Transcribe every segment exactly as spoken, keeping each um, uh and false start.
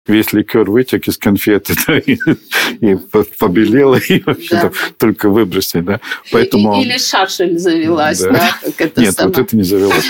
весь ликер вытек из конфеты, да, и, и побелело, и вообще да. только выбросить. Да. Поэтому... Или шашель завелась. Да. Да, как это Нет, сама. вот это не завелось.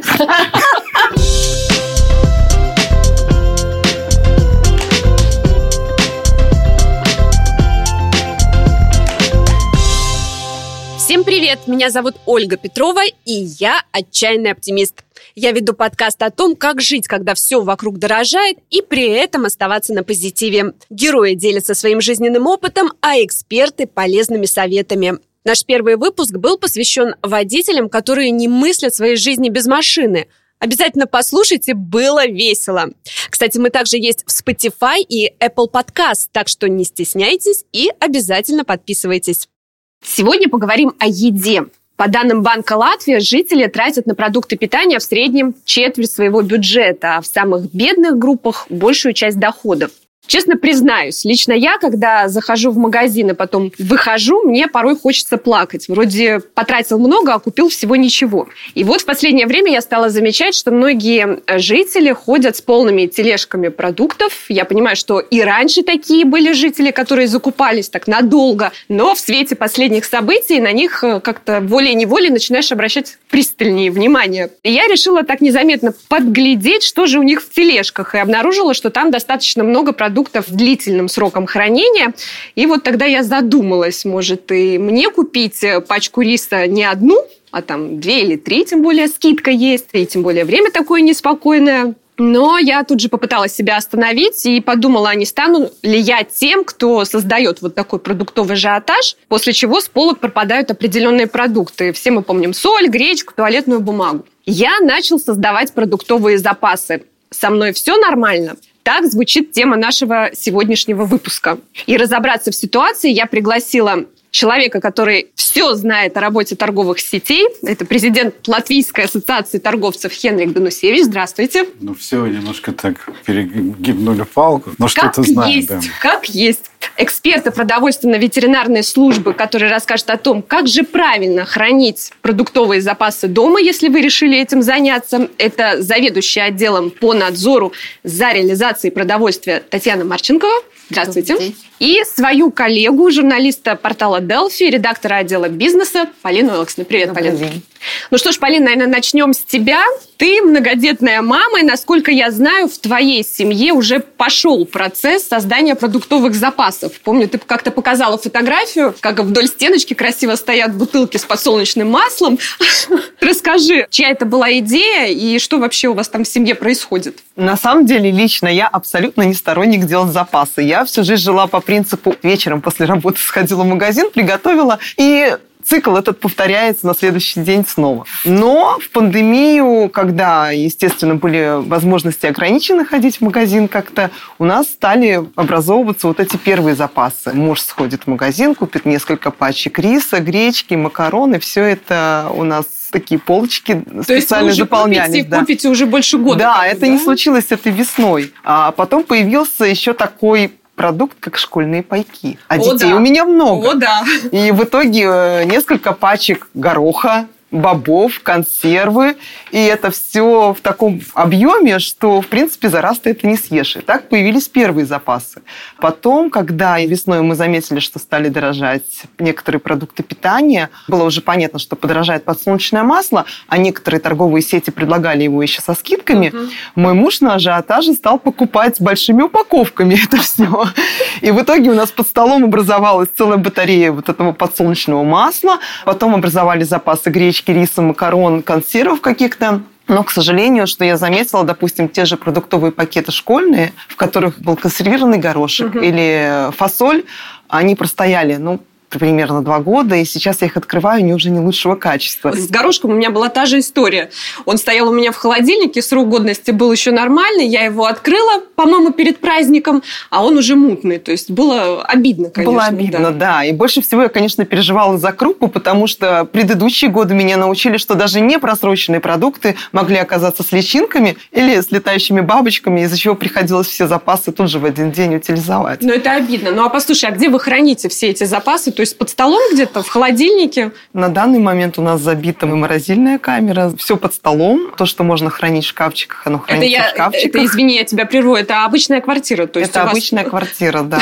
Всем привет! Меня зовут Ольга Петрова, и я отчаянный оптимист. Я веду подкаст о том, как жить, когда все вокруг дорожает, и при этом оставаться на позитиве. Герои делятся своим жизненным опытом, а эксперты – полезными советами. Наш первый выпуск был посвящен водителям, которые не мыслят своей жизни без машины. Обязательно послушайте, было весело. Кстати, мы также есть в Spotify и Apple Podcast, так что не стесняйтесь и обязательно подписывайтесь. Сегодня поговорим о еде. По данным Банка Латвии, жители тратят на продукты питания в среднем четверть своего бюджета, а в самых бедных группах – большую часть доходов. Честно признаюсь, лично я, когда захожу в магазин и потом выхожу, мне порой хочется плакать. Вроде потратил много, а купил всего ничего. И вот в последнее время я стала замечать, что многие жители ходят с полными тележками продуктов. Я понимаю, что и раньше такие были жители, которые закупались так надолго, но в свете последних событий на них как-то волей-неволей начинаешь обращать пристальнее внимание. И я решила так незаметно подглядеть, что же у них в тележках, и обнаружила, что там достаточно много продуктов с длительным сроком хранения. И вот тогда я задумалась, может, и мне купить пачку риса не одну, а там две или три, тем более скидка есть, и тем более время такое неспокойное. Но я тут же попыталась себя остановить и подумала, а не стану ли я тем, кто создает вот такой продуктовый ажиотаж, после чего с полок пропадают определенные продукты. Все мы помним соль, гречку, туалетную бумагу. Я начал создавать продуктовые запасы. Со мной все нормально? Так звучит тема нашего сегодняшнего выпуска. И разобраться в ситуации я пригласила человека, который все знает о работе торговых сетей. Это президент Латвийской ассоциации торговцев Хенрик Данусевич. Здравствуйте. Ну, все, немножко так перегибнули палку, но как что-то знаем. Есть, да. Как есть. Эксперты продовольственно-ветеринарной службы, который расскажет о том, как же правильно хранить продуктовые запасы дома, если вы решили этим заняться. Это заведующая отделом по надзору за реализацией продовольствия Татьяна Марченкова. Здравствуйте. И свою коллегу, журналиста портала Делфи, редактора отдела бизнеса Полину Элксну. Привет, Добрый Полина. День. Ну что ж, Полина, наверное, начнем с тебя. Ты многодетная мама, и, насколько я знаю, в твоей семье уже пошел процесс создания продуктовых запасов. Помню, ты как-то показала фотографию, как вдоль стеночки красиво стоят бутылки с подсолнечным маслом. Расскажи, чья это была идея и что вообще у вас там в семье происходит? На самом деле, лично я абсолютно не сторонник делать запасы. Я всю жизнь жила по принципу, вечером после работы сходила в магазин, приготовила, и цикл этот повторяется на следующий день снова. Но в пандемию, когда, естественно, были возможности ограничены ходить в магазин как-то, у нас стали образовываться вот эти первые запасы. Муж сходит в магазин, купит несколько пачек риса, гречки, макароны. Все это у нас такие полочки специально заполнялись. То есть вы купите, да. купите уже больше года? Да, это да? не случилось этой весной. А потом появился еще такой продукт, как школьные пайки. А О, детей да. у меня много. О, да. И в итоге несколько пачек гороха, бобов, консервы. И это все в таком объеме, что, в принципе, за раз ты это не съешь. И так появились первые запасы. Потом, когда весной мы заметили, что стали дорожать некоторые продукты питания, было уже понятно, что подорожает подсолнечное масло, а некоторые торговые сети предлагали его еще со скидками, угу. мой муж на ажиотаже стал покупать большими упаковками это все. И в итоге у нас под столом образовалась целая батарея вот этого подсолнечного масла. Потом образовались запасы гречки, риса, макарон, консервов каких-то. Но, к сожалению, что я заметила, допустим, те же продуктовые пакеты школьные, в которых был консервированный горошек угу. или фасоль, они простояли, ну, примерно два года, и сейчас я их открываю, они уже не лучшего качества. С горошком у меня была та же история. Он стоял у меня в холодильнике, срок годности был еще нормальный, я его открыла, по-моему, перед праздником, а он уже мутный. То есть было обидно, конечно. Было обидно, да. да. И больше всего я, конечно, переживала за крупу, потому что предыдущие годы меня научили, что даже непросроченные продукты могли оказаться с личинками или с летающими бабочками, из-за чего приходилось все запасы тут же в один день утилизовать. Ну, это обидно. Ну, а послушай, а где вы храните все эти запасы? То есть под столом где-то, в холодильнике? На данный момент у нас забита морозильная камера. Все под столом. То, что можно хранить в шкафчиках, оно хранится это я, в шкафчиках. Это, извини, я тебя прерву. Это обычная квартира? То есть это вас... обычная квартира, да.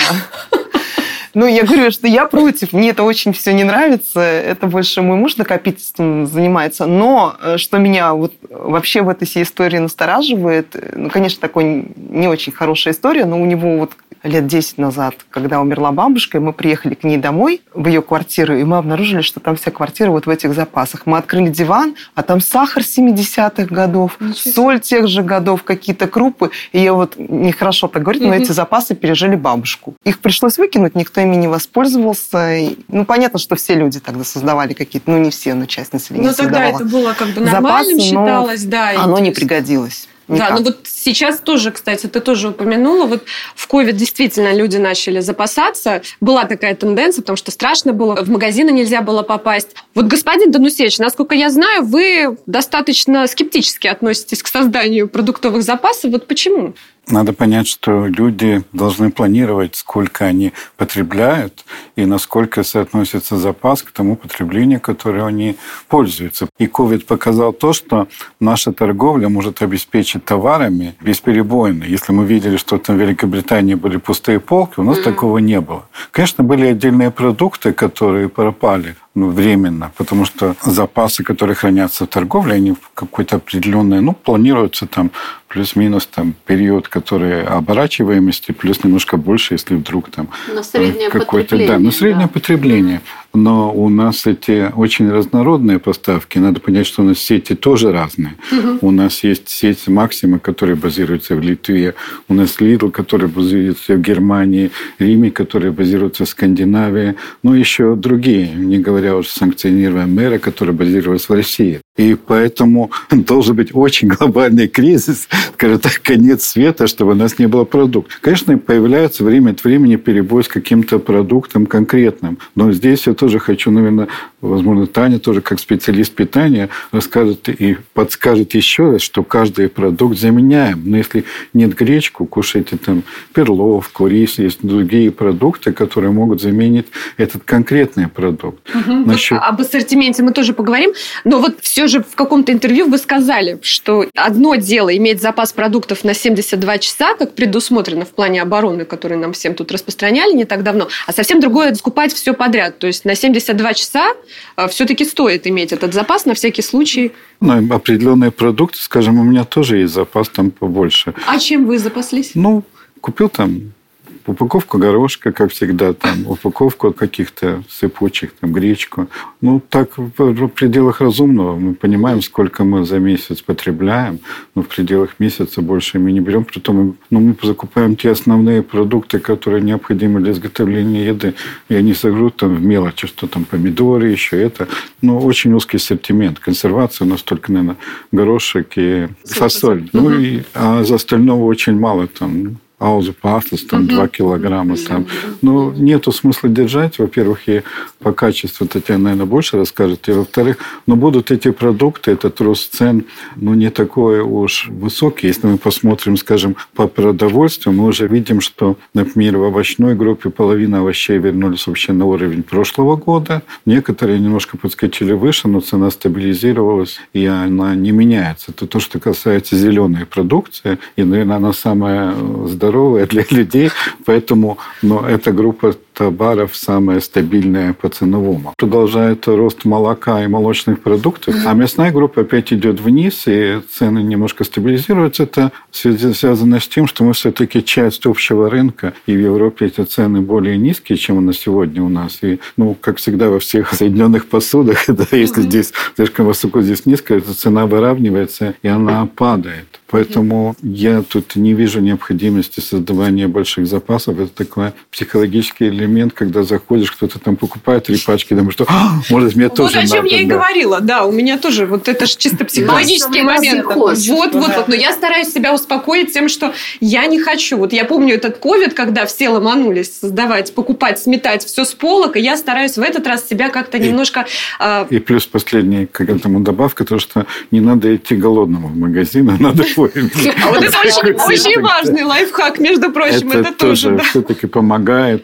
Ну, я говорю, что я против, мне это очень все не нравится, это больше мой муж накопительством занимается, но что меня вот вообще в этой всей истории настораживает, ну, конечно, такой не очень хорошая история, но у него вот лет десять назад, когда умерла бабушка, и мы приехали к ней домой, в ее квартиру, и мы обнаружили, что там вся квартира вот в этих запасах. Мы открыли диван, а там сахар семидесятых годов, соль тех же годов, какие-то крупы, и я вот нехорошо так говорить, но эти запасы пережили бабушку. Их пришлось выкинуть, никто ими не воспользовался. Ну, понятно, что все люди тогда создавали какие-то, ну, не все, но часть населения создавала. Ну, тогда это было как бы нормальным запасы, считалось, да. Оно не пригодилось. Никак. Да, ну вот сейчас тоже, кстати, ты тоже упомянула, вот в ковид действительно люди начали запасаться. Была такая тенденция, потому что страшно было, в магазины нельзя было попасть. Вот, господин Данусевич, насколько я знаю, вы достаточно скептически относитесь к созданию продуктовых запасов. Вот почему? Надо понять, что люди должны планировать, сколько они потребляют и насколько соотносится запас к тому потреблению, которое они пользуются. И ковид показал то, что наша торговля может обеспечить товарами бесперебойно. Если мы видели, что там в Великобритании были пустые полки, у нас mm-hmm. такого не было. Конечно, были отдельные продукты, которые пропали. Ну, временно, потому что запасы, которые хранятся в торговле, они в какой-то определенный, ну, планируются там плюс-минус там период, который оборачиваемости, плюс немножко больше, если вдруг там на среднее какое-то, потребление. Да, на среднее да. потребление. Но у нас эти очень разнородные поставки. Надо понять, что у нас сети тоже разные. Угу. У нас есть сеть Максима, которая базируется в Литве. У нас Lidl, который базируется в Германии. Рими, который базируется в Скандинавии. Ну, еще другие, не говоря уже санкционированная мэра, которая базировалась в России. И поэтому должен быть очень глобальный кризис, скажем так, конец света, чтобы у нас не было продуктов. Конечно, появляется время от времени перебой с каким-то продуктом конкретным. Но здесь я тоже хочу, наверное, возможно, Таня тоже как специалист питания расскажет и подскажет еще раз, что каждый продукт заменяем. Но если нет гречку, кушайте там перловку, рис, есть другие продукты, которые могут заменить этот конкретный продукт. Угу. Насчет... Вот об ассортименте мы тоже поговорим. Но вот все же в каком-то интервью вы сказали, что одно дело иметь запас продуктов на семьдесят два часа, как предусмотрено в плане обороны, который нам всем тут распространяли не так давно, а совсем другое скупать все подряд. То есть на семьдесят два часа все-таки стоит иметь этот запас на всякий случай. Ну, определенные продукты, скажем, у меня тоже есть запас там побольше. А чем вы запаслись? Ну, купил там упаковку горошка, как всегда, там, упаковку каких-то сыпучих, там, гречку. Ну, так в пределах разумного. Мы понимаем, сколько мы за месяц потребляем, но в пределах месяца больше мы не берем. Притом мы, ну, мы закупаем те основные продукты, которые необходимы для изготовления еды. И они согрут там в мелочи, что там помидоры, еще это. Но очень узкий ассортимент. Консервация у нас только, наверное, горошек и фасоль. Угу. Ну, и, а за остального очень мало там. Аузу пастус, там, uh-huh. два килограмма. Там. Но нету смысла держать. Во-первых, и по качеству Татьяна, наверное, больше расскажет. И во-вторых, но будут эти продукты, этот рост цен, ну, не такой уж высокий. Если мы посмотрим, скажем, по продовольствию, мы уже видим, что, например, в овощной группе половина овощей вернулись вообще на уровень прошлого года. Некоторые немножко подскочили выше, но цена стабилизировалась, и она не меняется. Это то, что касается зеленой продукции. И, наверное, она самая здоровая здоровая для людей, поэтому но эта группа товаров самая стабильная по ценовому. Продолжает рост молока и молочных продуктов, а мясная группа опять идет вниз, и цены немножко стабилизируются. Это связано с тем, что мы все-таки часть общего рынка, и в Европе эти цены более низкие, чем на сегодня у нас. И, ну, как всегда во всех соединенных посудах, да, если mm-hmm. здесь слишком высоко, здесь низко, эта цена выравнивается, и она падает. Поэтому mm-hmm. я тут не вижу необходимости создавания больших запасов. Это такой психологический элемент, когда заходишь, кто-то там покупает три пачки, думаешь, что а, может, мне вот тоже надо. Вот о чем я и да. говорила. Да, у меня тоже вот это же чисто психологический момент. Вот, вот, вот. Но я стараюсь себя успокоить тем, что я не хочу. Вот я помню этот ковид, когда все ломанулись создавать, покупать, сметать все с полок, и я стараюсь в этот раз себя как-то и, немножко... Э... И плюс последняя к этому добавка, то, что не надо идти голодному в магазин, а надо А вот это очень важный лайфхак, между прочим. Это тоже все-таки помогает выйти из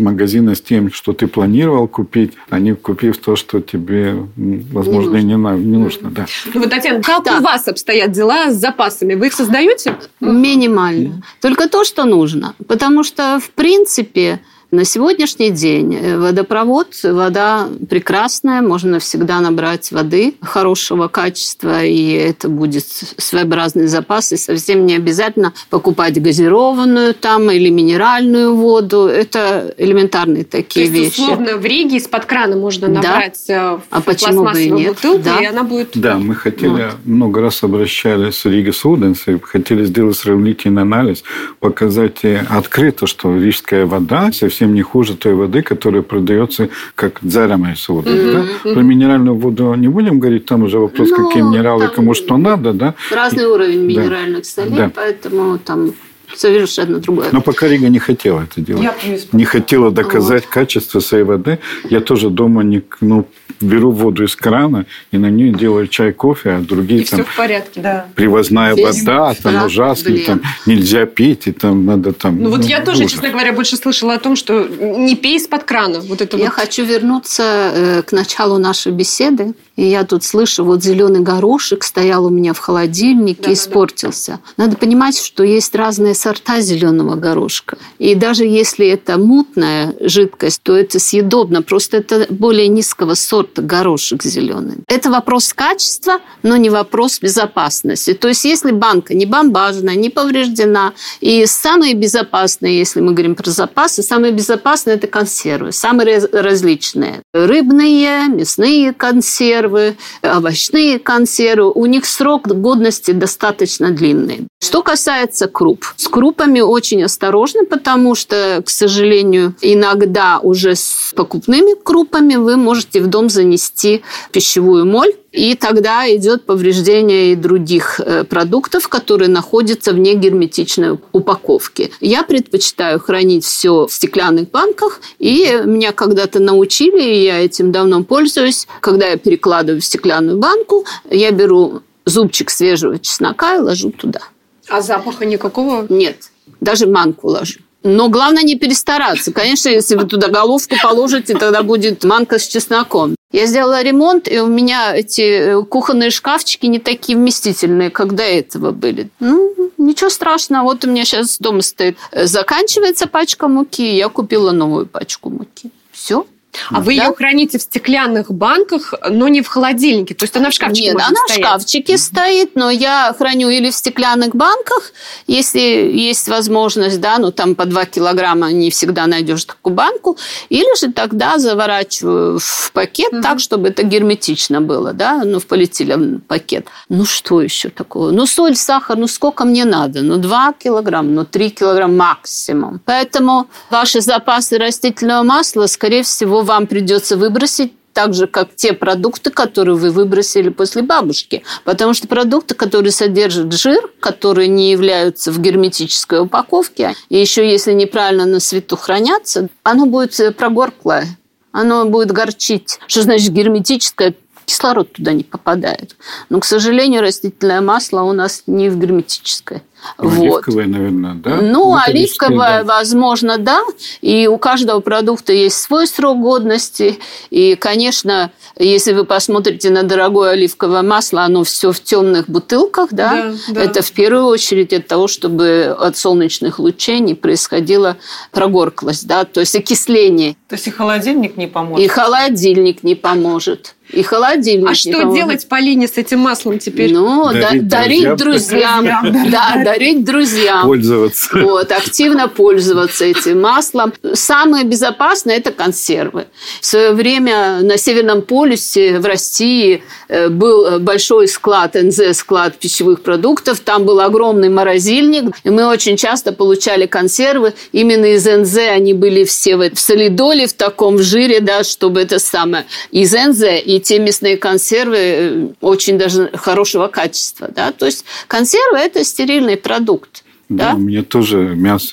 магазина с тем, что ты планировал купить, а не купив то, что тебе, возможно, не, нужно. не, не нужно. Да. Ну вот, Татьяна, как да. у вас обстоят дела с запасами? Вы их создаете? Минимально. Только то, что нужно. Потому что, в принципе, на сегодняшний день водопровод, вода прекрасная, можно всегда набрать воды хорошего качества, и это будет своеобразный запас, и совсем не обязательно покупать газированную там или минеральную воду. Это элементарные такие То есть, вещи. условно, в Риге из-под крана можно набрать да. в а пластмассовую бутылку, да. и она будет... Да, мы хотели, вот. много раз обращались в Рига Суденс, и хотели сделать сравнительный анализ, показать открыто, что рижская вода совсем не хуже той воды, которая продается как дзарамая сода. Mm-hmm. Да? Mm-hmm. Про минеральную воду не будем говорить, там уже вопрос, ну, какие минералы, кому что надо. Да? Разный уровень минеральных солей, да. поэтому там совершенно другое. Но пока Рига не хотела это делать. Я не хотела доказать вот. качество своей воды. Я тоже дома не, ну, беру воду из крана и на нее делаю чай, кофе, а другие и там... все в порядке. Да. Привозная Здесь вода, там да, ужасно, там нельзя пить, и там надо там... Ну, ну вот я тоже, ужас. честно говоря, больше слышала о том, что не пей из-под крана. Вот это я вот. хочу вернуться к началу нашей беседы. И я тут слышу, вот зеленый горошек стоял у меня в холодильнике, да, испортился. Да, да. Надо понимать, что есть разные сорта зеленого горошка. И даже если это мутная жидкость, то это съедобно. Просто это более низкого сорта горошек зеленый. Это вопрос качества, но не вопрос безопасности. То есть если банка не бомбажная, не повреждена, и самые безопасные, если мы говорим про запасы, самые безопасные – это консервы, самые различные. Рыбные, мясные консервы, овощные консервы, у них срок годности достаточно длинный. Что касается круп. С крупами очень осторожны, потому что, к сожалению, иногда уже с покупными крупами вы можете в дом занести пищевую моль, и тогда идет повреждение и других продуктов, которые находятся в негерметичной упаковке. Я предпочитаю хранить все в стеклянных банках, и меня когда-то научили, и я этим давно пользуюсь. Когда я перекладываю в стеклянную банку, я беру зубчик свежего чеснока и ложу туда. А запаха никакого? Нет, даже манку ложу. Но главное не перестараться. Конечно, если вы туда головку положите, тогда будет манка с чесноком. Я сделала ремонт, и у меня эти кухонные шкафчики не такие вместительные, как до этого были. Ну, ничего страшного. Вот у меня сейчас дома стоит. Заканчивается пачка муки, я купила новую пачку муки. Все. А вы да? ее храните в стеклянных банках, но не в холодильнике? То есть она в шкафчике Нет, может она стоять? в шкафчике стоит, но я храню или в стеклянных банках, если есть возможность, да, ну там по два килограмма не всегда найдешь такую банку, или же тогда заворачиваю в пакет угу. так, чтобы это герметично было, да, ну в полиэтиленовый пакет. Ну что еще такого? Ну соль, сахар, ну сколько мне надо? Ну два килограмма, ну три килограмма максимум. Поэтому ваши запасы растительного масла, скорее всего, вам придется выбросить так же, как те продукты, которые вы выбросили после бабушки. Потому что продукты, которые содержат жир, которые не являются в герметической упаковке, и еще если неправильно на свету хранятся, оно будет прогорклое, оно будет горчить. Что значит герметическое? Кислород туда не попадает. Но, к сожалению, растительное масло у нас не в герметическое. Оливковое, вот. наверное, да? Ну, оливковое, да. возможно, да. И у каждого продукта есть свой срок годности. И, конечно, если вы посмотрите на дорогое оливковое масло, оно все в темных бутылках, да? Да, да. Это в первую очередь от того, чтобы от солнечных лучей не происходила прогорклость, да? То есть окисление. То есть и холодильник не поможет? И холодильник не поможет. И холодильник. А что поможет. делать Полине с этим маслом теперь? Ну, дарить, дарить друзьям. друзьям. Да, дарить друзьям. Пользоваться. Вот, активно пользоваться этим маслом. Самое безопасное – это консервы. В свое время на Северном полюсе в России был большой склад, эн зэ, склад пищевых продуктов. Там был огромный морозильник. И мы очень часто получали консервы. Именно из эн зэ они были все в солидоле, в таком в жире, да, чтобы это самое. Из эн зэ и те мясные консервы очень даже хорошего качества. Да? То есть консервы – это стерильный продукт. Да, да? У меня тоже мясо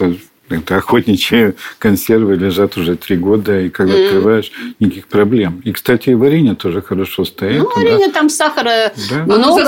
Это охотничьи консервы лежат уже три года, и когда mm. открываешь, никаких проблем. И, кстати, и варенье тоже хорошо стоит. Ну, варенье да? там сахара да? много.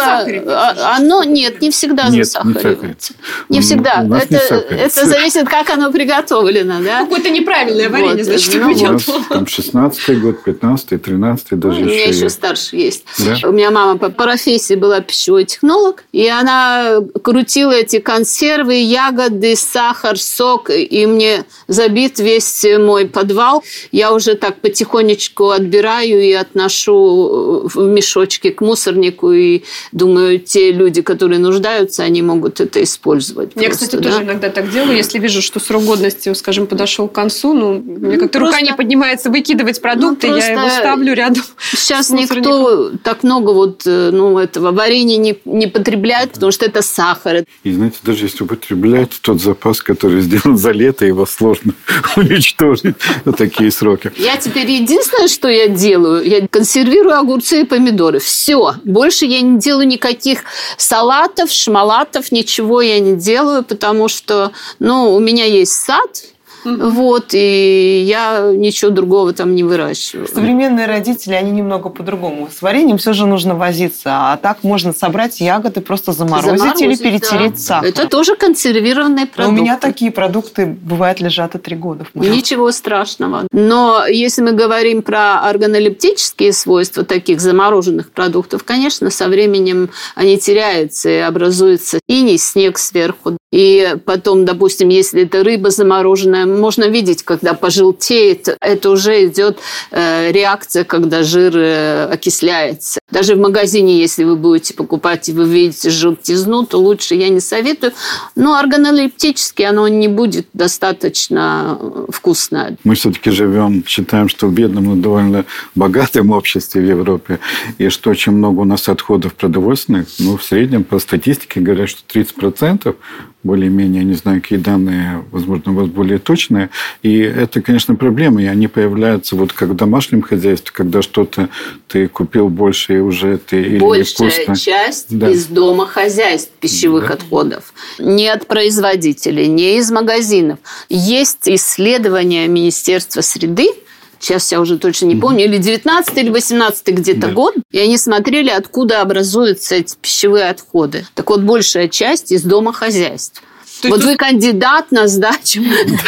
А, оно, нет, не всегда нет, засахаривается. Не, не всегда. Это, это зависит, как оно приготовлено. Да? Какое-то неправильное варенье, вот, значит, ну, у нас там шестнадцатый год, пятнадцатый, тринадцатый даже ну, еще. У меня еще есть. старше есть. Да? У меня мама по профессии была пищевой технолог, и она крутила эти консервы, ягоды, сахар, сок, и мне забит весь мой подвал. Я уже так потихонечку отбираю и отношу в мешочки к мусорнику, и думаю, те люди, которые нуждаются, они могут это использовать. Я, просто, кстати, да? тоже иногда так делаю, если вижу, что срок годности, скажем, подошел к концу, ну, мне как-то просто... рука не поднимается выкидывать продукты, ну, я его ставлю рядом. Сейчас никто так много вот, ну, этого варенья не, не потребляет, потому что это сахар. И, знаете, даже если употреблять тот запас, который сделан за лето, его сложно уничтожить на такие сроки. Я теперь единственное, что я делаю, я консервирую огурцы и помидоры. Все. Больше я не делаю никаких салатов, шмалатов, ничего я не делаю, потому что, ну, у меня есть сад, Mm-hmm. Вот, и я ничего другого там не выращиваю. Современные родители, они немного по-другому. С вареньем все же нужно возиться, а так можно собрать ягоды, просто заморозить, заморозить или перетереть да. сахар. Это тоже консервированные продукты. Но у меня такие продукты, бывает, лежат и три года. Ничего страшного. Но если мы говорим про органолептические свойства таких замороженных продуктов, конечно, со временем они теряются, и образуется иней, снег сверху. И потом, допустим, если это рыба замороженная, можно видеть, когда пожелтеет, это уже идет э, реакция, когда жир э, окисляется. Даже в магазине, если вы будете покупать и вы видите желтизну, то лучше я не советую. Но органолептически оно не будет достаточно вкусное. Мы все-таки живем, считаем, что в бедном, но довольно богатом обществе в Европе, и что очень много у нас отходов продовольственных. Ну, в среднем, по статистике, говорят, что тридцать процентов более-менее, не знаю, какие данные, возможно, у вас более точные. И это, конечно, проблема. И они появляются вот как в домашнем хозяйстве, когда что-то ты купил больше, и уже ты... Большая вкусно. часть да. из домохозяйств пищевых да. отходов. Не от производителей, не из магазинов. Есть исследования Министерства среды, сейчас я уже точно не помню, или девятнадцатый, или восемнадцатый где-то да. год, и они смотрели, откуда образуются эти пищевые отходы. Так вот, большая часть из домохозяйств. То вот вы кандидат на сдачу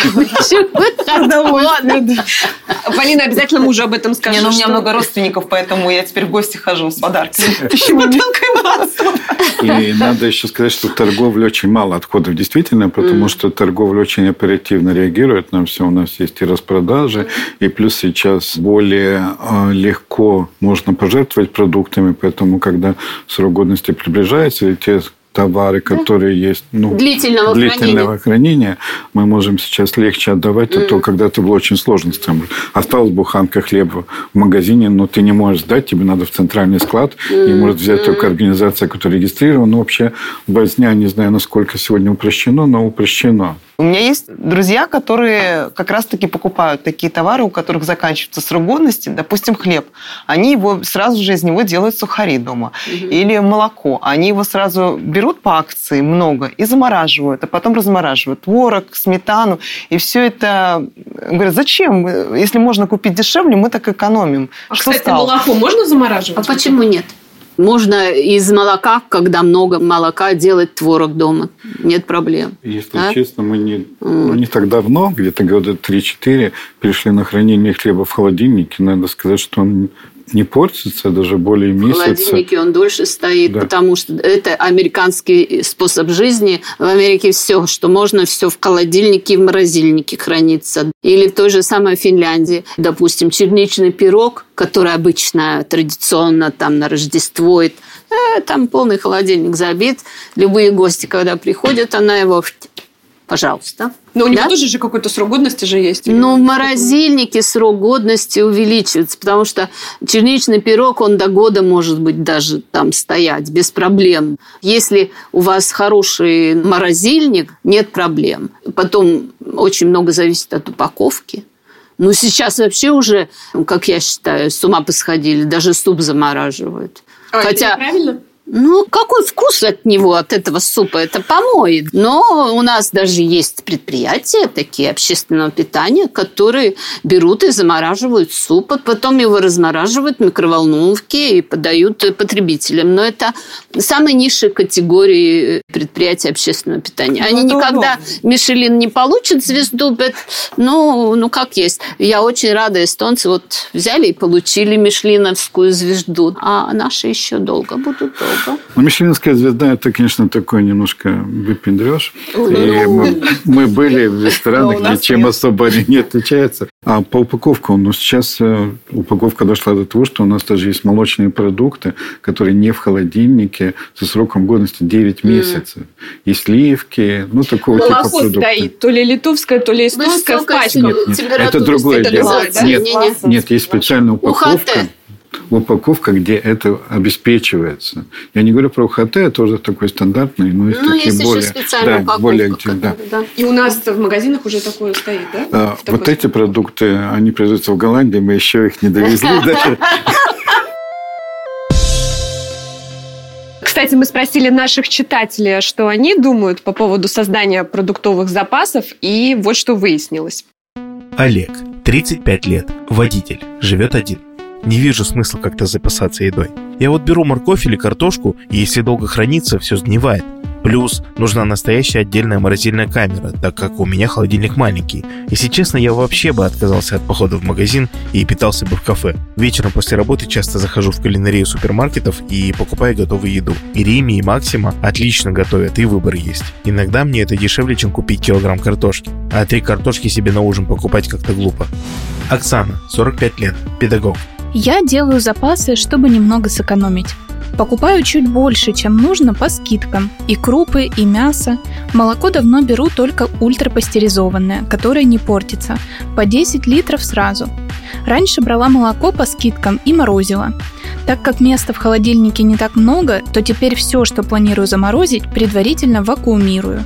пищевых отходов. Полина, обязательно мужу об этом скажи. У меня много родственников, поэтому я теперь в гости хожу с подарками. Пищевой бутылкой. И надо еще сказать, что в торговле очень мало отходов, действительно, потому что торговля очень оперативно реагирует на все. У нас есть и распродажи, и плюс сейчас более легко можно пожертвовать продуктами, поэтому, когда срок годности приближается, и те товары, которые да? есть ну, длительного, длительного хранения. хранения, мы можем сейчас легче отдавать, mm. а то когда-то было очень сложно. Там осталась буханка хлеба в магазине, но ты не можешь сдать, тебе надо в центральный склад, mm. и может взять mm. только организация, которая регистрирована. Но вообще возня, не знаю, насколько сегодня упрощено, но упрощено. У меня есть друзья, которые как раз-таки покупают такие товары, у которых заканчивается срок годности, допустим, хлеб. Они его сразу же из него делают сухари дома. Mm-hmm. Или молоко. Они его сразу берут по акции много и замораживают, а потом размораживают творог, сметану. И все это... Говорят, зачем? Если можно купить дешевле, мы так экономим. А, Что кстати, стало? молоко можно замораживать? А почему нет? Можно из молока, когда много молока, делать творог дома. Нет проблем. Если а? честно, мы не, ну, не так давно, где-то года три-четыре, перешли на хранение хлеба в холодильнике. Надо сказать, что он не портится даже более месяца. В холодильнике он дольше стоит, да. потому что это американский способ жизни. В Америке все, что можно, все в холодильнике и в морозильнике хранится. Или в той же самой Финляндии, допустим, черничный пирог, который обычно традиционно там на Рождество, э, там полный холодильник забит. Любые гости, когда приходят, она его... Пожалуйста. Но у него да? тоже же какой-то срок годности же есть. Но в морозильнике срок годности увеличивается, потому что черничный пирог, он до года может быть даже там стоять без проблем. Если у вас хороший морозильник, нет проблем. Потом очень много зависит от упаковки. Ну, сейчас вообще уже, как я считаю, с ума посходили. Даже суп замораживают. А, Хотя... это неправильно? Ну, какой вкус от него, от этого супа? Это помоет. Но у нас даже есть предприятия такие общественного питания, которые берут и замораживают суп, а потом его размораживают в микроволновке и подают потребителям. Но это самые низшие категории предприятий общественного питания. Они ну, никогда ну, Мишелин не получат звезду, ну, ну, как есть. Я очень рада, эстонцы вот взяли и получили мишелиновскую звезду, а наши еще долго будут долго. Ну, мишелинская звезда – это, конечно, такой немножко выпендрёж. И мы, мы были в ресторанах, где чем особо они не отличаются. А по упаковке, ну, сейчас упаковка дошла до того, что у нас даже есть молочные продукты, которые не в холодильнике, со сроком годности девять месяцев. И сливки, ну, такого типа продуктов. Молоко стоит, то ли литовское, то ли эстонское в пачках. Нет, нет, это другое дело. Нет, нет, нет, есть специальная упаковка. Упаковка, где это обеспечивается. Я не говорю про УХТ, это тоже такой стандартный, но есть ну, такие есть более, еще специальная да, упаковка. более, да. Да. И у нас в магазинах уже такое стоит, да? А, вот такой... эти продукты, они производятся в Голландии, мы еще их не довезли даже. Кстати, мы спросили наших читателей, что они думают по поводу создания продуктовых запасов, и вот что выяснилось. Олег, тридцать пять лет, водитель, живет один. Не вижу смысла как-то запасаться едой. Я вот беру морковь или картошку, и если долго хранится, все сгнивает. Плюс нужна настоящая отдельная морозильная камера, так как у меня холодильник маленький. Если честно, я вообще бы отказался от похода в магазин и питался бы в кафе. Вечером после работы часто захожу в кулинарию супермаркетов и покупаю готовую еду. И Риме, и Максима отлично готовят, и выбор есть. Иногда мне это дешевле, чем купить килограмм картошки. А три картошки себе на ужин покупать как-то глупо. Оксана, сорок пять лет, педагог. Я делаю запасы, чтобы немного сэкономить. Покупаю чуть больше, чем нужно по скидкам. И крупы, и мясо. Молоко давно беру только ультрапастеризованное, которое не портится. По десять литров сразу. Раньше брала молоко по скидкам и морозила. Так как места в холодильнике не так много, то теперь все, что планирую заморозить, предварительно вакуумирую.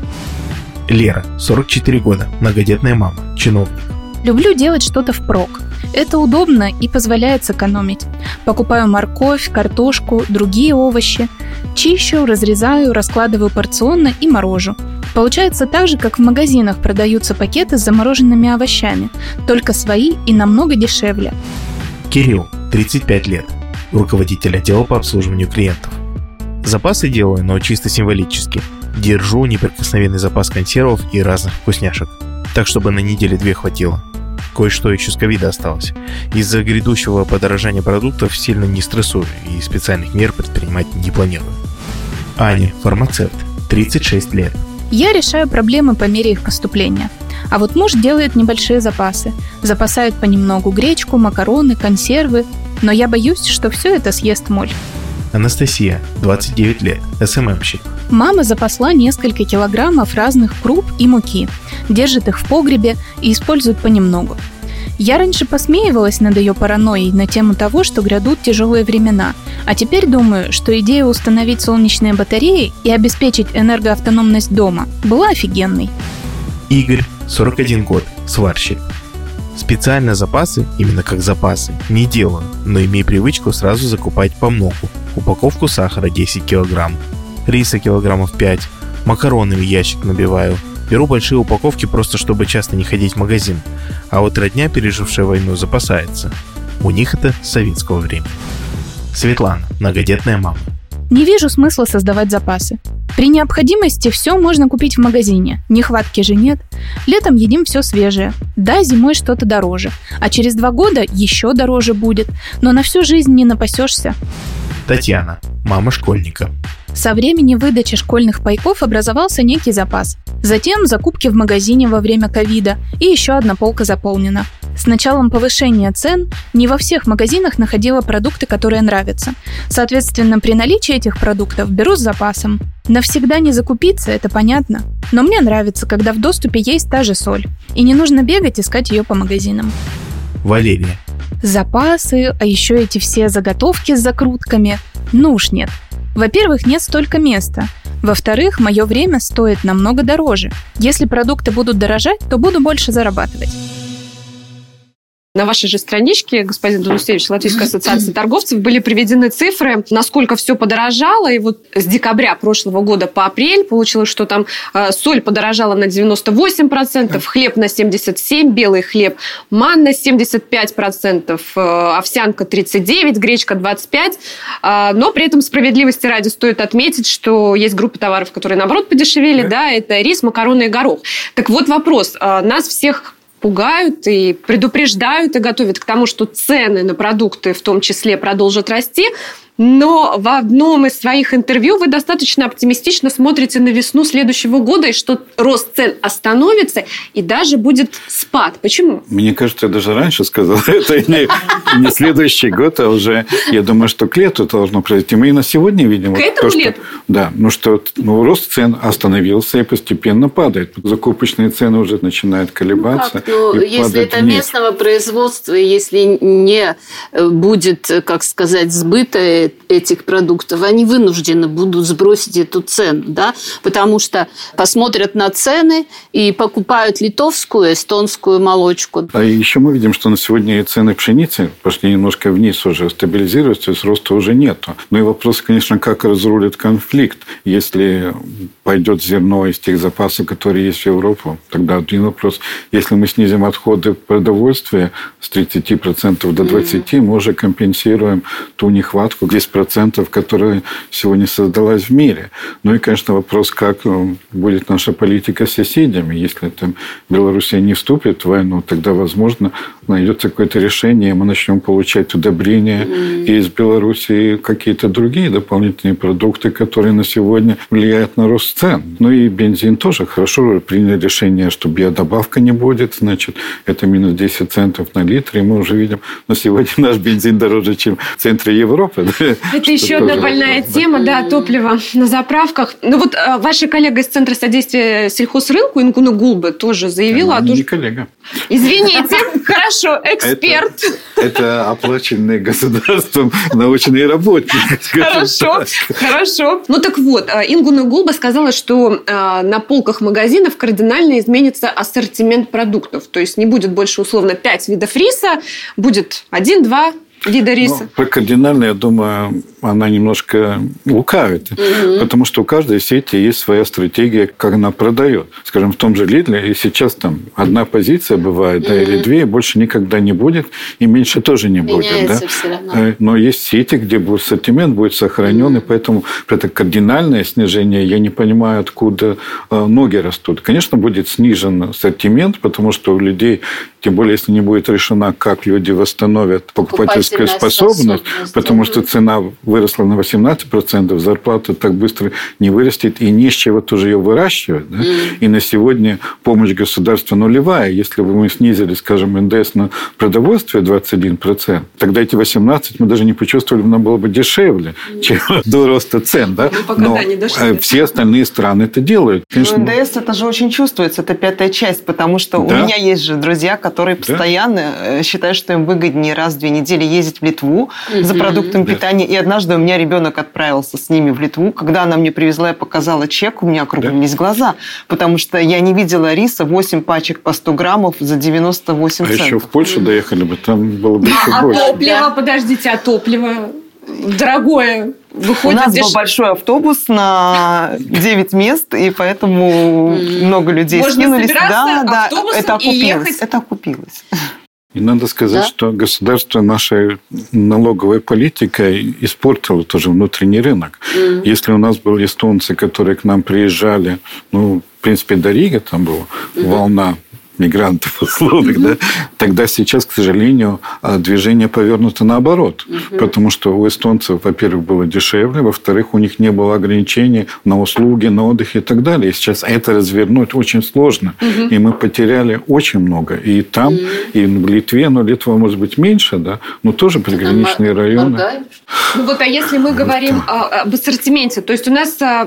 Лера, сорок четыре года, многодетная мама, чиновник. Люблю делать что-то впрок. Это удобно и позволяет сэкономить. Покупаю морковь, картошку, другие овощи. Чищу, разрезаю, раскладываю порционно и морожу. Получается так же, как в магазинах продаются пакеты с замороженными овощами, только свои и намного дешевле. Кирилл, тридцать пять лет, руководитель отдела по обслуживанию клиентов. Запасы делаю, но чисто символически. Держу неприкосновенный запас консервов и разных вкусняшек. Так, чтобы на неделю-две хватило. Кое-что еще с ковида осталось. Из-за грядущего подорожания продуктов сильно не стрессую и специальных мер предпринимать не планирую. Аня, фармацевт, тридцать шесть лет. Я решаю проблемы по мере их поступления. А вот муж делает небольшие запасы. Запасает понемногу гречку, макароны, консервы. Но я боюсь, что все это съест моль. Анастасия, двадцать девять лет, эс эм эм-щик. Мама запасла несколько килограммов разных круп и муки, держит их в погребе и использует понемногу. Я раньше посмеивалась над ее паранойей на тему того, что грядут тяжелые времена, а теперь думаю, что идея установить солнечные батареи и обеспечить энергоавтономность дома была офигенной. Игорь, сорок один год, сварщик. Специально запасы, именно как запасы, не делаю, но имею привычку сразу закупать по многу. Упаковку сахара десять килограмм, риса килограммов пять, макароны в ящик набиваю. Беру большие упаковки просто, чтобы часто не ходить в магазин. А вот родня, пережившая войну, запасается. У них это с советского времени. Светлана, многодетная мама. Не вижу смысла создавать запасы. При необходимости все можно купить в магазине. Нехватки же нет. Летом едим все свежее. Да, зимой что-то дороже. А через два года еще дороже будет. Но на всю жизнь не напасешься. Татьяна, мама школьника. Со времени выдачи школьных пайков образовался некий запас. Затем закупки в магазине во время ковида, и еще одна полка заполнена. С началом повышения цен не во всех магазинах находила продукты, которые нравятся. Соответственно, при наличии этих продуктов беру с запасом. Навсегда не закупиться, это понятно. Но мне нравится, когда в доступе есть та же соль. И не нужно бегать искать ее по магазинам. Валерия. Запасы, а еще эти все заготовки с закрутками. Ну уж нет. Во-первых, нет столько места. Во-вторых, мое время стоит намного дороже. Если продукты будут дорожать, то буду больше зарабатывать. На вашей же страничке, господин Данусевич, Латвийской ассоциации торговцев, были приведены цифры, насколько все подорожало. И вот с декабря прошлого года по апрель получилось, что там соль подорожала на девяносто восемь процентов, хлеб на семьдесят семь процентов, белый хлеб, манна семьдесят пять процентов, овсянка тридцать девять процентов, гречка двадцать пять процентов. Но при этом справедливости ради стоит отметить, что есть группа товаров, которые, наоборот, подешевели. Да. Да, это рис, макароны и горох. Так вот вопрос. Нас всех пугают и предупреждают и готовят к тому, что цены на продукты в том числе продолжат расти. Но в одном из своих интервью вы достаточно оптимистично смотрите на весну следующего года, и что рост цен остановится, и даже будет спад. Почему? Мне кажется, я даже раньше сказал, это не, не следующий год, а уже, я думаю, что к лету должно произойти. Мы и на сегодня видим... К вот этому то, лету? Что, да, ну что ну, рост цен остановился и постепенно падает. Закупочные цены уже начинают колебаться. Ну, как? Ну, если это вниз. Местного производства, если не будет, как сказать, сбыта этих продуктов, они вынуждены будут сбросить эту цену, да, потому что посмотрят на цены и покупают литовскую, эстонскую молочку. А еще мы видим, что на сегодня и цены пшеницы пошли немножко вниз уже, стабилизируются, то есть роста уже нету. Ну и вопрос, конечно, как разрулит конфликт. Если пойдет зерно из тех запасов, которые есть в Европу, тогда один вопрос. Если мы снизим отходы продовольствия с тридцати процентов до двадцати процентов, мы уже компенсируем ту нехватку десять процентов, которая сегодня создалась в мире. Ну и, конечно, вопрос, как будет наша политика с соседями. Если там Белоруссия не вступит в войну, тогда, возможно, найдется какое-то решение, и мы начнем получать удобрения mm. из Белоруссии, какие-то другие дополнительные продукты, которые на сегодня влияют на рост цен. Ну и бензин тоже. Хорошо приняли решение, что биодобавка не будет, значит, это минус десять центов на литр, и мы уже видим, но сегодня наш бензин дороже, чем в центре Европы. Это еще одна больная тема, да, топливо на заправках. Ну вот ваша коллега из Центра содействия сельхозрынку Ингуна Гулбе тоже заявила... Не коллега. Извините, хорошо, эксперт. Это оплаченные государством научные работники. Хорошо, хорошо. Ну так вот, Ингуна Гулбе сказала, что на полках магазинов кардинально изменится ассортимент продуктов. То есть не будет больше условно пять видов риса, будет один-два вида риса. Ну, про кардинально, я думаю, она немножко лукавит. Угу. Потому что у каждой сети есть своя стратегия, как она продает. Скажем, в том же Лидле, и сейчас там одна позиция бывает, угу. да, или две, и больше никогда не будет, и меньше тоже не будет. Да? Все равно. Но есть сети, где будет ассортимент будет сохранен, угу. и поэтому это кардинальное снижение, я не понимаю, откуда ноги растут. Конечно, будет снижен ассортимент, потому что у людей, тем более, если не будет решена, как люди восстановят покупательскую способность, потому что цена выросла на восемнадцать процентов, зарплата так быстро не вырастет, и не с чего тоже ее выращивать. Да? Mm. И на сегодня помощь государства нулевая. Если бы мы снизили, скажем, эн дэ эс на продовольствие двадцать один процент, тогда эти восемнадцать процентов мы даже не почувствовали, нам было бы дешевле, mm. чем до роста цен. Да? Ну, пока, но да, не дошли. Все остальные страны это делают. Конечно, эн дэ эс это же очень чувствуется, это пятая часть, потому что да. у меня есть же друзья, которые постоянно да. считают, что им выгоднее раз в две недели ездить в Литву mm-hmm. за продуктами да. питания. И однажды у меня ребенок отправился с ними в Литву. Когда она мне привезла и показала чек, у меня округлились да. глаза. Потому что я не видела риса восемь пачек по сто граммов за девяносто восемь а центов. А еще в Польшу mm-hmm. доехали бы, там было бы еще а больше. А топливо, да. подождите, а топливо дорогое выходит. У нас деш... был большой автобус на девять мест, и поэтому mm-hmm. много людей Можно скинулись. Да, да, это окупилось. Ехать... Это окупилось. И надо сказать, да? что государство, наша налоговая политика испортила тоже внутренний рынок. Mm. Если у нас были эстонцы, которые к нам приезжали, ну, в принципе, до Риги там была mm-hmm. волна мигрантов условных, mm-hmm. да, тогда сейчас, к сожалению, движение повернуто наоборот. Mm-hmm. Потому что у эстонцев, во-первых, было дешевле, во-вторых, у них не было ограничений на услуги, на отдых и так далее. И сейчас это развернуть очень сложно. Mm-hmm. И мы потеряли очень много. И там, mm-hmm. и в Литве, но Литва, может быть, меньше, да, но тоже приграничные районы. Ну вот, а если мы говорим вот об ассортименте, то есть у нас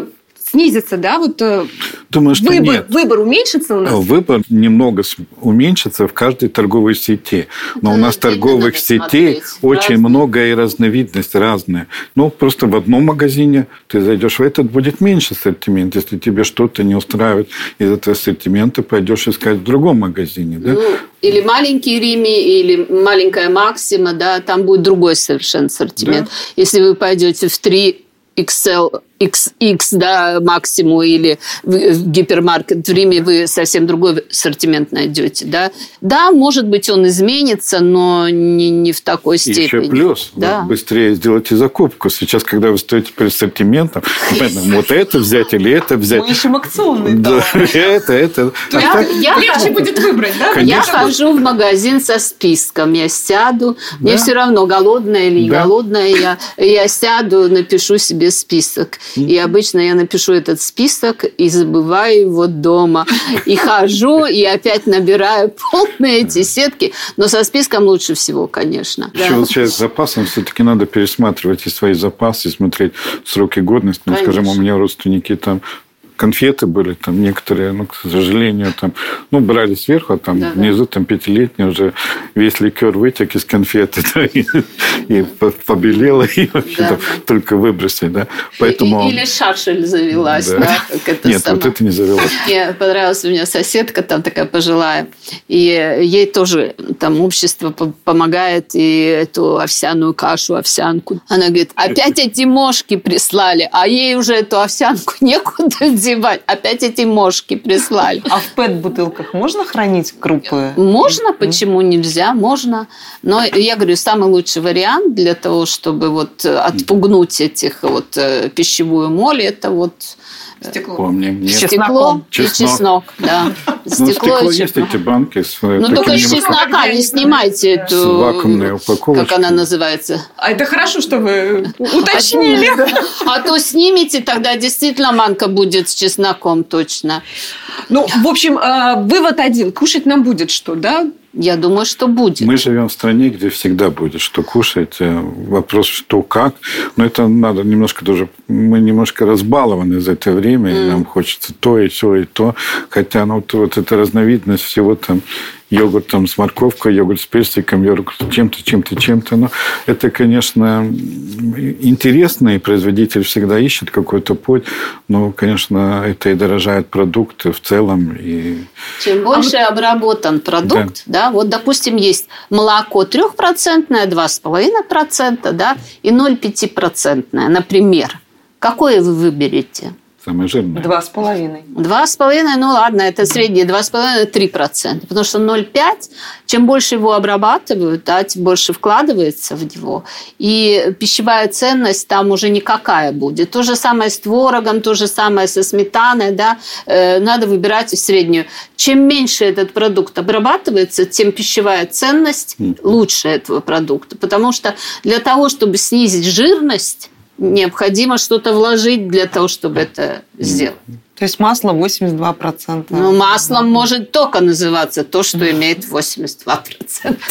снизится, да? Вот Думаю, что выбор, нет. Выбор уменьшится у нас? Выбор немного уменьшится в каждой торговой сети. Но Это у нас торговых сетей смотреть. очень Разные. много и разновидность разная. Ну, просто в одном магазине ты зайдешь в этот, будет меньше ассортимент. Если тебе что-то не устраивает из этого ассортимента, пойдешь искать в другом магазине. Да? Ну, или маленький Рими, или маленькая Максима, да, там будет другой совершенно ассортимент. Да. Если вы пойдете в три икс эл, икс икс, да, Максиму или в гипермаркет в Риме, вы совсем другой ассортимент найдете, да. Да, может быть, он изменится, но не, не в такой степени. Еще плюс, да. Вы быстрее сделайте закупку. Сейчас, когда вы стоите перед ассортиментом, вот это взять или это взять. Мы ищем акционные Да, товары. это, это. Я, я, Легче будет выбрать, да? я хожу в магазин со списком, я сяду, мне все равно, голодная или не Да. голодная, я, я сяду, напишу себе список. И обычно я напишу этот список и забываю его дома. И хожу, и опять набираю полные эти сетки. Но со списком лучше всего, конечно. Еще вот сейчас с запасом все-таки надо пересматривать и свои запасы, и смотреть сроки годности. Ну, скажем, у меня родственники там конфеты были, там некоторые, ну, к сожалению, там, ну, брали сверху, а там Да, внизу там пятилетний уже весь ликер вытек из конфеты, да, и, и побелело, и вообще Да, там да. только выбросить, да. Поэтому... И- Или шашель завелась, Да. да, как это Нет, сама. вот это не завелось. Мне понравилась у меня соседка, там такая пожилая, и ей тоже там общество по- помогает, и эту овсяную кашу, овсянку. Она говорит, опять эти мошки прислали, а ей уже эту овсянку некуда девать, опять эти мошки прислали. А в пэт-бутылках можно хранить крупы? Можно, почему нельзя? Можно. Но я говорю, самый лучший вариант для того, чтобы вот отпугнуть этих вот э, пищевую моль, это вот Стекло. Помним. Нет. стекло чесноком. и Чеснок. чеснок. Да. Ну, стекло и есть чеснок. эти банки с Ну, таким только из немного- чеснока не снимайте с эту... вакуумной упаковочкой. Как она называется? А это хорошо, что вы уточнили. А то снимите, тогда действительно манка будет с чесноком точно. Ну, в общем, э, вывод один. Кушать нам будет что, да? Я думаю, что будет. Мы живем в стране, где всегда будет что кушать. Вопрос, что как. Но это надо немножко тоже... Мы немножко разбалованы за это время. Mm. И нам хочется то, и все, и то. Хотя ну, вот, вот эта разновидность всего там... Йогурт там, с морковкой, йогурт с персиком, йогурт с чем-то, чем-то, чем-то. Но это, конечно, интересно, и производитель всегда ищет какой-то путь. Но, конечно, это и дорожает продукты в целом. И... Чем больше а вот... обработан продукт, да. да, вот, допустим, есть молоко трехпроцентное, два с половиной процента, да, и ноль целых пять десятых процента, например. Какое вы выберете? Самое жирное. Два с половиной. Два с половиной, ну ладно, это среднее, два с половиной, три процента. Потому что ноль целых пять, чем больше его обрабатывают, да, тем больше вкладывается в него. И пищевая ценность там уже никакая будет. То же самое с творогом, то же самое со сметаной, да, э, надо выбирать среднюю. Чем меньше этот продукт обрабатывается, тем пищевая ценность лучше этого продукта. Потому что для того, чтобы снизить жирность, необходимо что-то вложить для того, чтобы это сделать. То есть масло восемьдесят два процента. Ну, маслом может только называться то, что имеет восемьдесят два процента.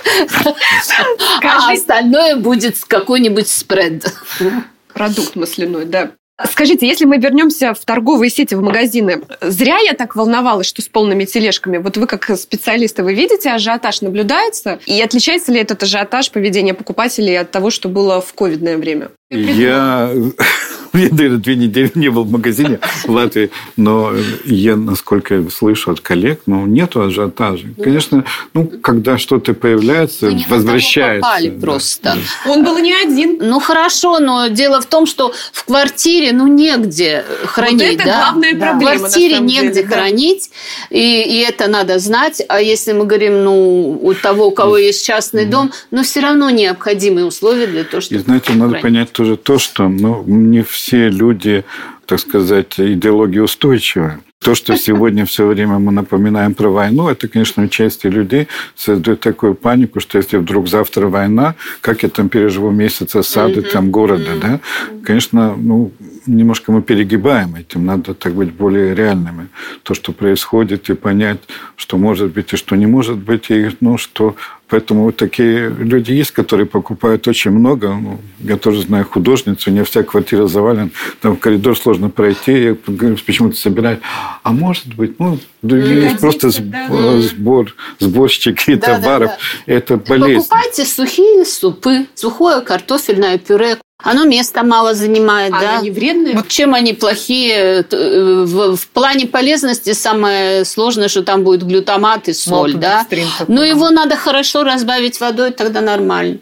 А остальное будет какой-нибудь спред. Продукт масляной, да. Скажите, если мы вернемся в торговые сети, в магазины, зря я так волновалась, что с полными тележками. Вот вы как специалисты, вы видите, ажиотаж наблюдается? И отличается ли этот ажиотаж поведения покупателей от того, что было в ковидное время? Я... Я, наверное, две недели не был в магазине в Латвии, но я, насколько я слышу от коллег, ну, нету ажиотажа. Конечно, ну, когда что-то появляется, Вы не возвращается. На того попали да. просто. Он был не один. Ну, хорошо, но дело в том, что в квартире, ну, негде хранить. Вот это да? главная Да. проблема, В квартире на самом негде деле, да. хранить, и, и это надо знать. А если мы говорим, ну, у того, у кого есть частный дом, но все равно необходимые условия для того, чтобы... И, знаете, надо хранить. понять тоже то, что ну, не все люди, так сказать, идеологии устойчивы. То, что сегодня все время мы напоминаем про войну, это, конечно, у части людей создает такую панику, что если вдруг завтра война, как я там переживу месяц осады mm-hmm. там, города, mm-hmm. да? Конечно, ну, немножко мы перегибаем этим. Надо так быть более реальными. То, что происходит, и понять, что может быть и что не может быть. И, ну, что... Поэтому вот такие люди есть, которые покупают очень много. Ну, я тоже знаю художницу, у нее вся квартира завалена, там в коридор сложно пройти. Я почему-то собираю. А может быть, ну, есть просто да. сбор, сборщики да, товаров. Да, да. Это болезнь. Покупайте сухие супы, сухое картофельное пюре. Оно места мало занимает, а да? Они вредные? Вот чем они плохие? В, в плане полезности самое сложное, что там будет глютамат и соль, да? Но его надо хорошо разбавить водой, тогда нормально.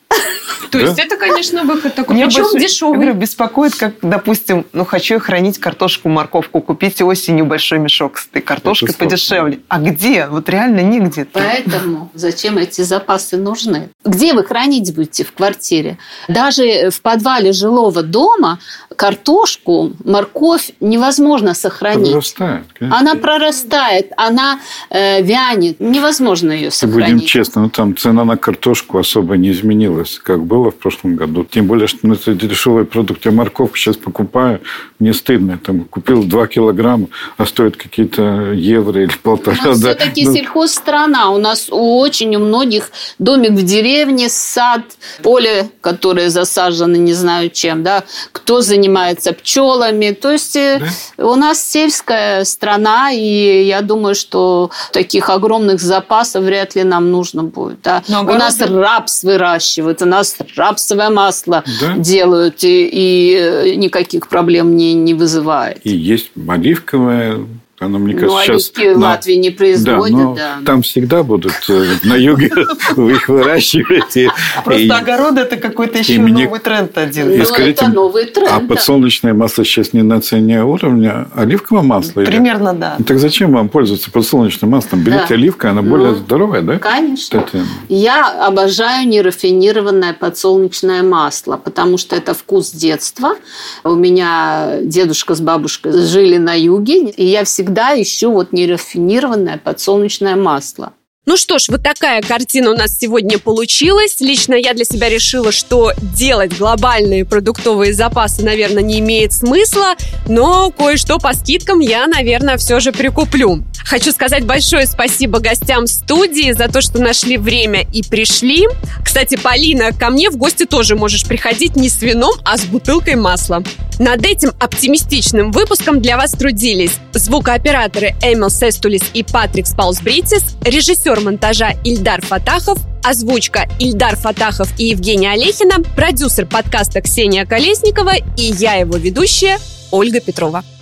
То есть это, конечно, выход такой. Меня Причем больше, дешевый. Я говорю, беспокоит, как, допустим, ну, хочу я хранить картошку, морковку, купите осенью большой мешок с этой картошкой подешевле. А где? Вот реально нигде. Поэтому зачем эти запасы нужны? Где вы хранить будете в квартире? Даже в подвале жилого дома картошку, морковь невозможно сохранить. Прорастает, конечно. Она прорастает, она э, вянет. Невозможно ее сохранить. Будем честны, ну, там цена на картошку особо не изменилась, как было в прошлом году. Тем более, что ну, это дешевый продукт. Я морковку сейчас покупаю, мне стыдно. Там, купил два килограмма, а стоит какие-то евро или полтора. У нас да. все-таки ну... сельхозстрана. У нас у очень у многих домик в деревне, сад, поле, которое засажено не знаю чем, да, кто занимается пчелами. То есть да? У нас сельская страна, и я думаю, что таких огромных запасов вряд ли нам нужно будет. Да. У огороды... нас рапс выращивают, у нас рапсовое масло да? делают, и, и никаких проблем не, не вызывает. И есть оливковое. Оно, мне кажется, ну, сейчас... оливки в Латвии не производят, да. Но да. Там всегда будут на юге их выращивать. Просто огород – это какой-то еще новый тренд один. Ну, это новый тренд, а подсолнечное масло сейчас не на цене уровня оливкового масла? Примерно, да. Так зачем вам пользоваться подсолнечным маслом? Берите оливку, она более здоровая, да? Конечно. Я обожаю нерафинированное подсолнечное масло, потому что это вкус детства. У меня дедушка с бабушкой жили на юге, и я всегда Да, ищу вот нерафинированное подсолнечное масло. Ну что ж, вот такая картина у нас сегодня получилась. Лично я для себя решила, что делать глобальные продуктовые запасы, наверное, не имеет смысла, но кое-что по скидкам я, наверное, все же прикуплю. Хочу сказать большое спасибо гостям студии за то, что нашли время и пришли. Кстати, Полина, ко мне в гости тоже можешь приходить не с вином, а с бутылкой масла. Над этим оптимистичным выпуском для вас трудились звукооператоры Эмил Сестулис и Патрик Спаусбритис, режиссер монтажа Ильдар Фатахов, озвучка Ильдар Фатахов и Евгения Олехина, продюсер подкаста Ксения Колесникова и я, его ведущая, Ольга Петрова.